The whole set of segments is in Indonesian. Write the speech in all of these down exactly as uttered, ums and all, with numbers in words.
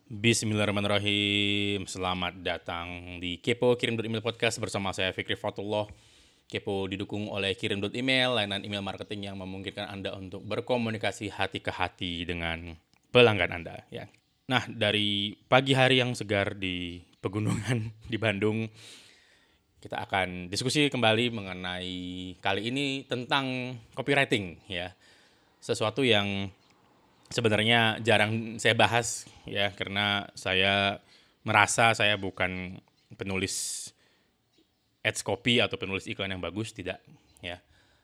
Bismillahirrahmanirrahim. Selamat datang di Kepo Kirim.email podcast bersama saya Fikri Fatullah. Kepo didukung oleh Kirim.email, layanan email marketing yang memungkinkan Anda untuk berkomunikasi hati ke hati dengan pelanggan Anda. Ya. Nah, dari pagi hari yang segar di pegunungan di Bandung, kita akan diskusi kembali mengenai kali ini tentang copywriting, ya. Sesuatu yang sebenarnya jarang saya bahas ya, karena saya merasa saya bukan penulis ads copy atau penulis iklan yang bagus, tidak ya.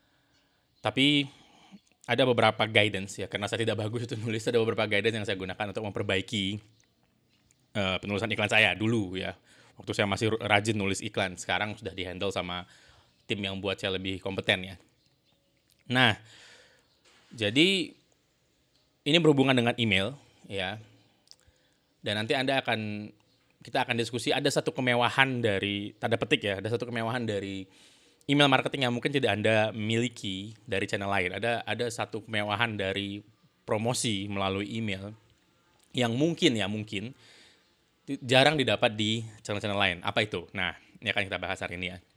Tapi ada beberapa guidance ya, karena saya tidak bagus itu nulis, ada beberapa guidance yang saya gunakan untuk memperbaiki uh, penulisan iklan saya dulu ya. Waktu saya masih rajin nulis iklan, sekarang sudah dihandle sama tim yang buat saya lebih kompeten ya. Nah, jadi ini berhubungan dengan email ya. Dan nanti Anda akan kita akan diskusi ada satu kemewahan dari tanda petik ya, ada satu kemewahan dari email marketing yang mungkin tidak Anda miliki dari channel lain. Ada ada satu kemewahan dari promosi melalui email yang mungkin ya mungkin jarang didapat di channel-channel lain. Apa itu? Nah, ini akan kita bahas hari ini ya.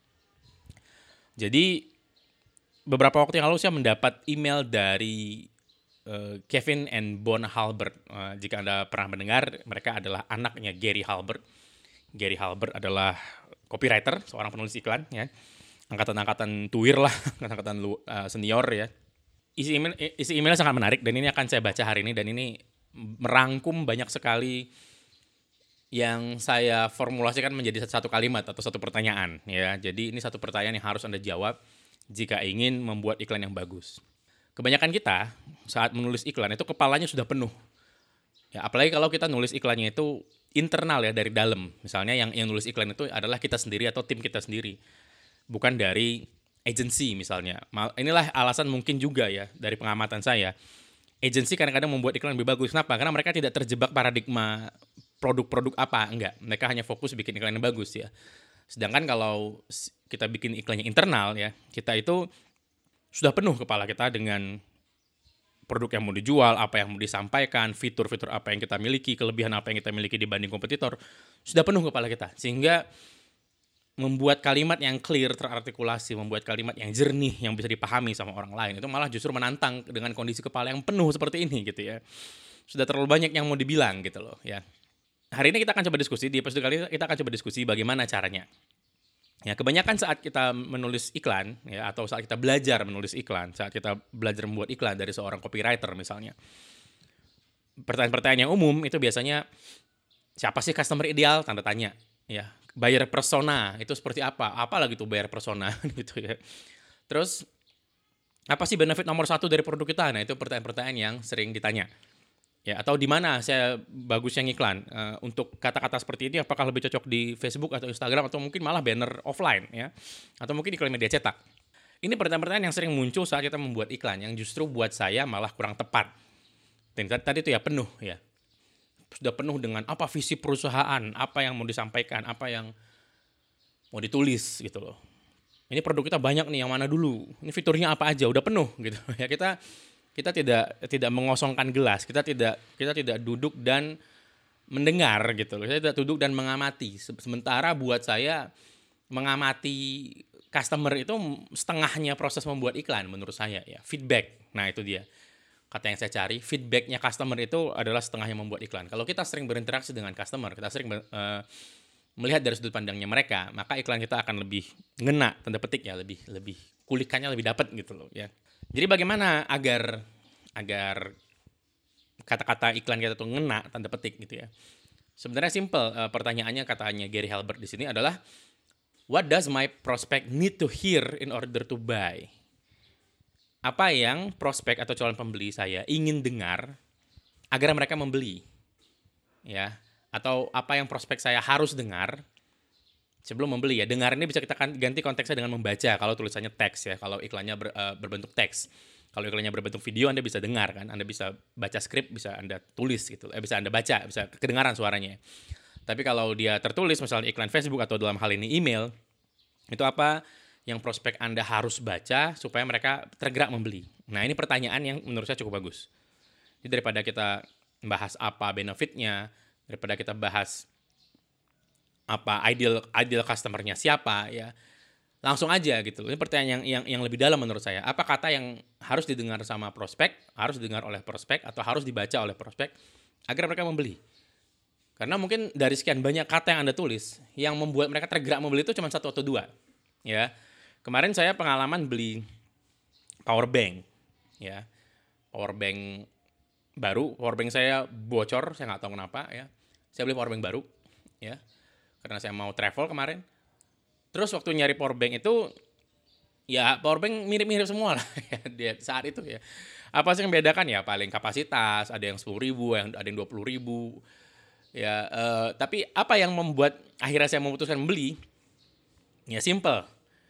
Jadi beberapa waktu yang lalu saya mendapat email dari Kevin and Bon Halbert. Uh, jika Anda pernah mendengar, mereka adalah anaknya Gary Halbert. Gary Halbert adalah copywriter, seorang penulis iklan, ya. Angkatan-angkatan tuir lah, angkatan uh, senior ya. Isi email, isi emailnya sangat menarik dan ini akan saya baca hari ini, dan ini merangkum banyak sekali yang saya formulasikan menjadi satu kalimat atau satu pertanyaan ya. Jadi ini satu pertanyaan yang harus Anda jawab jika ingin membuat iklan yang bagus. Kebanyakan kita saat menulis iklan itu kepalanya sudah penuh. Ya, apalagi kalau kita nulis iklannya itu internal ya, dari dalam. Misalnya yang yang nulis iklan itu adalah kita sendiri atau tim kita sendiri. Bukan dari agency misalnya. Inilah alasan mungkin juga ya dari pengamatan saya. Agency kadang-kadang membuat iklan lebih bagus. Kenapa? Karena mereka tidak terjebak paradigma produk-produk apa. Enggak. Mereka hanya fokus bikin iklan yang bagus ya. Sedangkan kalau kita bikin iklannya internal ya, kita itu sudah penuh kepala kita dengan produk yang mau dijual, apa yang mau disampaikan, fitur-fitur apa yang kita miliki, kelebihan apa yang kita miliki dibanding kompetitor, sudah penuh kepala kita. Sehingga membuat kalimat yang clear, terartikulasi, membuat kalimat yang jernih, yang bisa dipahami sama orang lain, itu malah justru menantang dengan kondisi kepala yang penuh seperti ini gitu ya. Sudah terlalu banyak yang mau dibilang gitu loh ya. Hari ini kita akan coba diskusi, di episode kali ini kita akan coba diskusi bagaimana caranya. Ya, kebanyakan saat kita menulis iklan ya, atau saat kita belajar menulis iklan, saat kita belajar membuat iklan dari seorang copywriter misalnya, pertanyaan-pertanyaan yang umum itu biasanya siapa sih customer ideal, tanda tanya ya. Buyer persona itu seperti apa, apa lagi tuh buyer persona gitu ya. Terus apa sih benefit nomor satu dari produk kita? Nah, itu pertanyaan-pertanyaan yang sering ditanya. Ya, atau di mana saya bagus yang iklan uh, untuk kata-kata seperti ini, apakah lebih cocok di Facebook atau Instagram atau mungkin malah banner offline ya, atau mungkin iklan media cetak. Ini pertanyaan-pertanyaan yang sering muncul saat kita membuat iklan yang justru buat saya malah kurang tepat. Dan tadi itu ya penuh ya, sudah penuh dengan apa visi perusahaan, apa yang mau disampaikan, apa yang mau ditulis gitu loh. Ini produk kita banyak nih, yang mana dulu? Ini fiturnya apa aja? Udah penuh gitu ya. Kita Kita tidak tidak mengosongkan gelas, kita tidak kita tidak duduk dan mendengar gitu loh. Kita tidak duduk dan mengamati. Sementara buat saya mengamati customer itu setengahnya proses membuat iklan menurut saya ya. Feedback. Nah, itu dia. Kata yang saya cari, feedbacknya customer itu adalah setengahnya membuat iklan. Kalau kita sering berinteraksi dengan customer, kita sering uh, melihat dari sudut pandangnya mereka, maka iklan kita akan lebih ngena, tanda petik ya, lebih lebih kulikannya lebih dapat gitu loh ya. Jadi bagaimana agar agar kata-kata iklan kita tuh ngena, tanda petik gitu ya. Sebenarnya simple, uh, pertanyaannya katanya Gary Halbert di sini adalah what does my prospect need to hear in order to buy? Apa yang prospek atau calon pembeli saya ingin dengar agar mereka membeli? Ya, atau apa yang prospek saya harus dengar sebelum membeli ya. Dengar ini bisa kita ganti konteksnya dengan membaca kalau tulisannya teks ya, kalau iklannya ber, uh, berbentuk teks. Kalau iklannya berbentuk video, Anda bisa dengar kan, Anda bisa baca skrip, bisa Anda tulis gitu, eh, bisa Anda baca, bisa kedengaran suaranya. Tapi kalau dia tertulis, misalnya iklan Facebook atau dalam hal ini email, itu apa yang prospek Anda harus baca supaya mereka tergerak membeli. Nah, ini pertanyaan yang menurut saya cukup bagus. Jadi daripada kita bahas apa benefitnya, daripada kita bahas apa ideal ideal customer-nya siapa ya. Langsung aja gitu loh. Ini pertanyaan yang yang yang lebih dalam menurut saya. Apa kata yang harus didengar sama prospek, harus didengar oleh prospek atau harus dibaca oleh prospek agar mereka membeli? Karena mungkin dari sekian banyak kata yang Anda tulis, yang membuat mereka tergerak membeli itu cuma satu atau dua. Ya. Kemarin saya pengalaman beli power bank, ya. Power bank baru, power bank saya bocor, saya nggak tahu kenapa ya. Saya beli power bank baru, ya. Karena saya mau travel kemarin. Terus waktu nyari power bank itu, ya power bank mirip-mirip semua lah ya dia saat itu ya. Apa sih yang membedakan ya? Paling kapasitas, ada yang sepuluh ribu, yang ada yang dua puluh ribu. Ya, eh, tapi apa yang membuat akhirnya saya memutuskan membeli? Ya simple.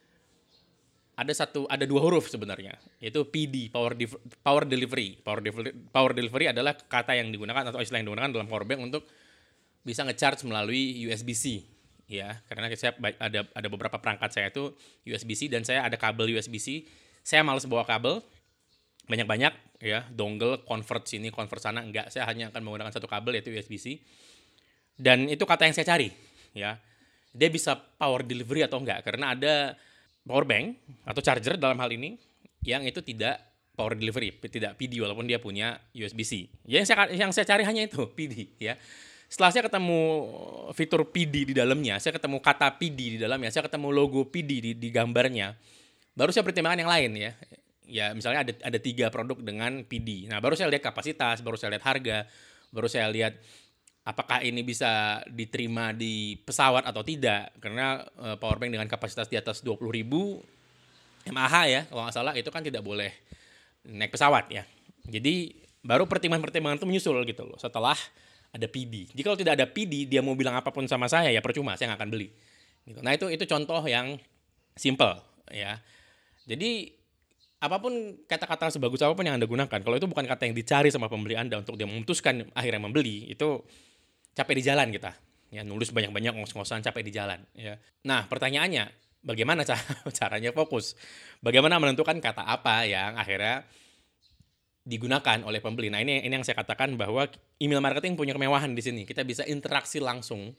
Ada satu, ada dua huruf sebenarnya, yaitu P D, power Dif- power delivery. Power delivery. Power delivery adalah kata yang digunakan atau istilah yang digunakan dalam power bank untuk bisa nge-charge melalui U S B C. Ya, karena saya ada ada beberapa perangkat saya itu U S B C dan saya ada kabel U S B C. Saya malas bawa kabel banyak-banyak ya, dongle, convert sini, convert sana, enggak. Saya hanya akan menggunakan satu kabel yaitu U S B C. Dan itu kata yang saya cari, ya. Dia bisa power delivery atau enggak? Karena ada power bank atau charger dalam hal ini yang itu tidak power delivery, tidak P D walaupun dia punya U S B C. Ya, yang saya yang saya cari hanya itu P D, ya. Setelah saya ketemu fitur P D di dalamnya, saya ketemu kata P D di dalamnya, saya ketemu logo P D di, di gambarnya, baru saya pertimbangkan yang lain ya. Ya misalnya ada ada tiga produk dengan P D. Nah baru saya lihat kapasitas, baru saya lihat harga, baru saya lihat apakah ini bisa diterima di pesawat atau tidak. Karena uh, powerbank dengan kapasitas di atas dua puluh ribu mAh ya, kalau nggak salah itu kan tidak boleh naik pesawat ya. Jadi baru pertimbangan-pertimbangan itu menyusul gitu loh setelah ada P D. Jadi kalau tidak ada P D, dia mau bilang apapun sama saya ya percuma, saya nggak akan beli. Gitu. Nah itu itu contoh yang simple ya. Jadi apapun kata-kata sebagus apapun yang Anda gunakan, kalau itu bukan kata yang dicari sama pembeli Anda untuk dia memutuskan akhirnya membeli, itu capek di jalan kita. Ya, nulis banyak-banyak ngos-ngosan capek di jalan. Ya. Nah pertanyaannya, bagaimana cara, caranya fokus? Bagaimana menentukan kata apa yang akhirnya digunakan oleh pembeli? Nah ini, ini yang saya katakan bahwa email marketing punya kemewahan di sini. Kita bisa interaksi langsung.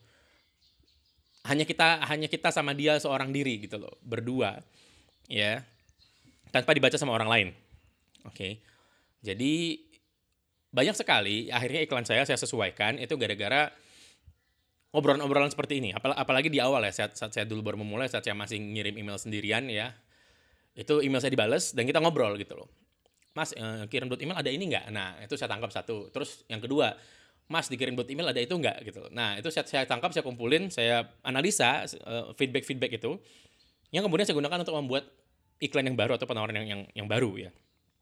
Hanya kita, hanya kita sama dia seorang diri gitu loh, berdua, ya, tanpa dibaca sama orang lain. Oke, okay. Jadi banyak sekali akhirnya iklan saya saya sesuaikan itu gara-gara obrolan-obrolan seperti ini. Apal- apalagi di awal ya, saat, saat saya dulu baru memulai, saat saya masih ngirim email sendirian ya, itu email saya dibales dan kita ngobrol gitu loh. Mas, eh, kirim buat email ada ini nggak? Nah, itu saya tangkap satu. Terus yang kedua, Mas dikirim buat email ada itu nggak? Gitu. Nah, itu saya, saya tangkap, saya kumpulin, saya analisa uh, feedback-feedback itu, yang kemudian saya gunakan untuk membuat iklan yang baru atau penawaran yang yang, yang baru ya.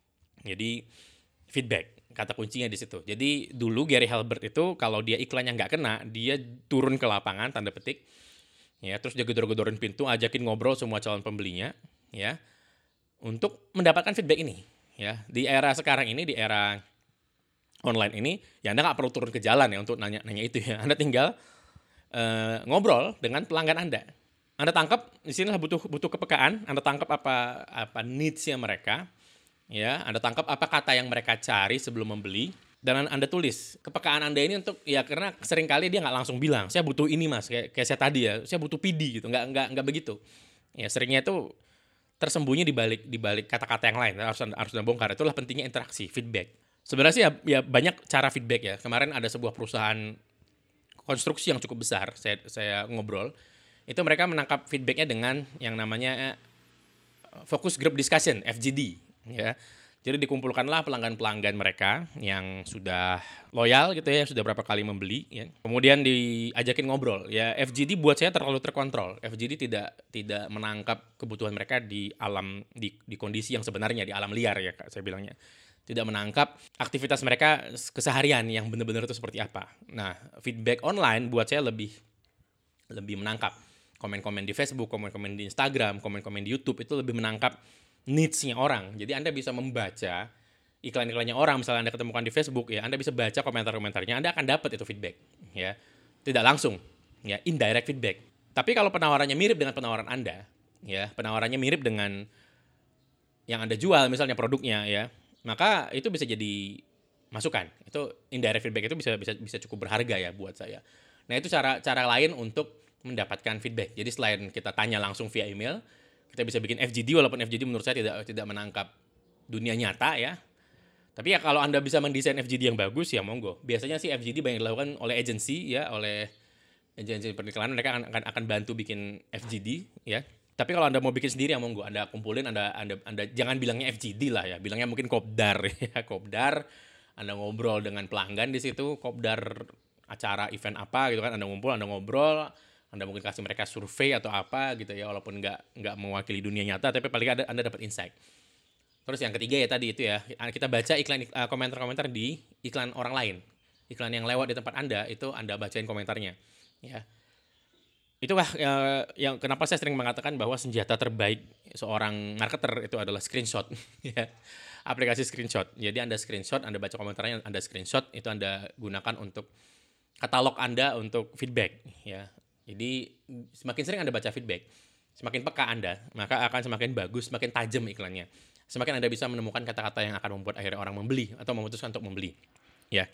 Jadi feedback, kata kuncinya di situ. Jadi dulu Gary Halbert itu kalau dia iklannya nggak kena, dia turun ke lapangan tanda petik, ya, terus dia gedor-gedorin pintu, ajakin ngobrol semua calon pembelinya, ya, untuk mendapatkan feedback ini. Ya, di era sekarang ini, di era online ini, ya Anda nggak perlu turun ke jalan ya untuk nanya-nanya itu ya. Anda tinggal uh, ngobrol dengan pelanggan Anda. Anda tangkap di sinilah butuh butuh kepekaan. Anda tangkap apa apa needs-nya mereka, ya. Anda tangkap apa kata yang mereka cari sebelum membeli, dan Anda tulis kepekaan Anda ini untuk ya karena seringkali dia nggak langsung bilang saya butuh ini mas, kayak, kayak saya tadi ya, saya butuh P D gitu, nggak nggak nggak begitu. Ya seringnya itu tersembunyi di balik di balik kata-kata yang lain, harus harus Anda bongkar. Itulah pentingnya interaksi, feedback. Sebenarnya sih ya, ya banyak cara feedback ya. Kemarin ada sebuah perusahaan konstruksi yang cukup besar, saya saya ngobrol, itu mereka menangkap feedbacknya dengan yang namanya focus group discussion, F G D, ya. Jadi dikumpulkanlah pelanggan-pelanggan mereka yang sudah loyal gitu ya, sudah berapa kali membeli ya. Kemudian diajakin ngobrol. Ya F G D buat saya terlalu terkontrol. F G D tidak tidak menangkap kebutuhan mereka di alam di, di kondisi yang sebenarnya, di alam liar ya Kak, saya bilangnya. Tidak menangkap aktivitas mereka keseharian yang benar-benar itu seperti apa. Nah, feedback online buat saya lebih lebih menangkap. Komen-komen di Facebook, komen-komen di Instagram, komen-komen di YouTube itu lebih menangkap needs-nya orang. Jadi Anda bisa membaca iklan-iklannya orang, misalnya Anda ketemukan di Facebook ya, Anda bisa baca komentar-komentarnya, Anda akan dapat itu feedback ya. Tidak langsung ya, indirect feedback. Tapi kalau penawarannya mirip dengan penawaran Anda ya, penawarannya mirip dengan yang Anda jual misalnya produknya ya, maka itu bisa jadi masukan. Itu indirect feedback itu bisa bisa bisa cukup berharga ya buat saya. Nah, itu cara cara lain untuk mendapatkan feedback. Jadi selain kita tanya langsung via email, kita bisa bikin F G D, walaupun F G D menurut saya tidak tidak menangkap dunia nyata ya. Tapi ya kalau Anda bisa mendesain F G D yang bagus ya monggo. Biasanya sih F G D banyak dilakukan oleh agensi ya, oleh agensi periklanan, mereka akan, akan akan bantu bikin F G D ya. Tapi kalau Anda mau bikin sendiri ya monggo, Anda kumpulin, Anda Anda Anda jangan bilangnya F G D lah ya, bilangnya mungkin kopdar ya, kopdar. Anda ngobrol dengan pelanggan di situ, kopdar acara event apa gitu kan, Anda ngumpul, Anda ngobrol, Anda mungkin kasih mereka survei atau apa gitu ya, walaupun nggak nggak mewakili dunia nyata, tapi paling ada Anda dapat insight. Terus yang ketiga ya tadi itu ya, kita baca iklan uh, komentar-komentar di iklan orang lain, iklan yang lewat di tempat Anda, itu Anda bacain komentarnya ya. Itulah uh, yang kenapa saya sering mengatakan bahwa senjata terbaik seorang marketer itu adalah screenshot ya. Aplikasi screenshot. Jadi Anda screenshot, Anda baca komentarnya, Anda screenshot, itu Anda gunakan untuk katalog Anda untuk feedback ya. Jadi semakin sering Anda baca feedback, semakin peka Anda, maka akan semakin bagus, semakin tajam iklannya. Semakin Anda bisa menemukan kata-kata yang akan membuat akhirnya orang membeli atau memutuskan untuk membeli. Ya.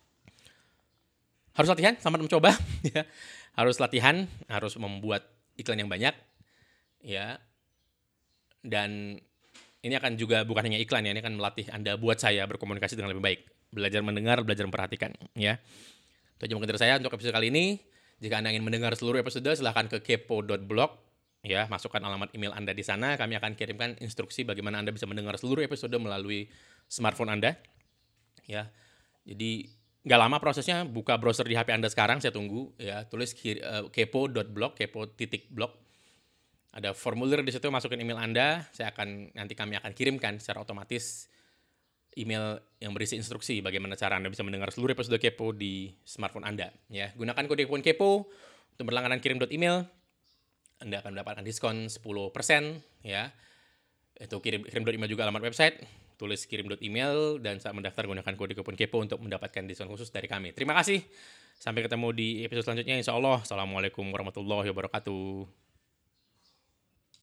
Harus latihan, selamat mencoba ya. Harus latihan, harus membuat iklan yang banyak ya. Dan ini akan juga bukan hanya iklan ya, ini akan melatih Anda buat saya berkomunikasi dengan lebih baik. Belajar mendengar, belajar memperhatikan ya. Itu aja mungkin dari saya untuk episode kali ini. Jika Anda ingin mendengar seluruh episode, silahkan ke kepo dot blog ya, masukkan alamat email Anda di sana. Kami akan kirimkan instruksi bagaimana Anda bisa mendengar seluruh episode melalui smartphone Anda. Ya. Jadi nggak lama prosesnya, buka browser di H P Anda sekarang, saya tunggu ya. Tulis uh, kepo dot blog, kepo titik blog. Ada formulir di situ, masukin email Anda, saya akan nanti kami akan kirimkan secara otomatis email yang berisi instruksi bagaimana cara Anda bisa mendengar seluruh episode Kepo di smartphone Anda ya. Gunakan kode kupon Kepo untuk berlangganan kirim.email. Anda akan mendapatkan diskon sepuluh persen ya. Itu kirim kirim.email juga alamat website, tulis kirim.email dan saat mendaftar gunakan kode kupon Kepo untuk mendapatkan diskon khusus dari kami. Terima kasih. Sampai ketemu di episode selanjutnya insyaallah. Assalamualaikum warahmatullahi wabarakatuh.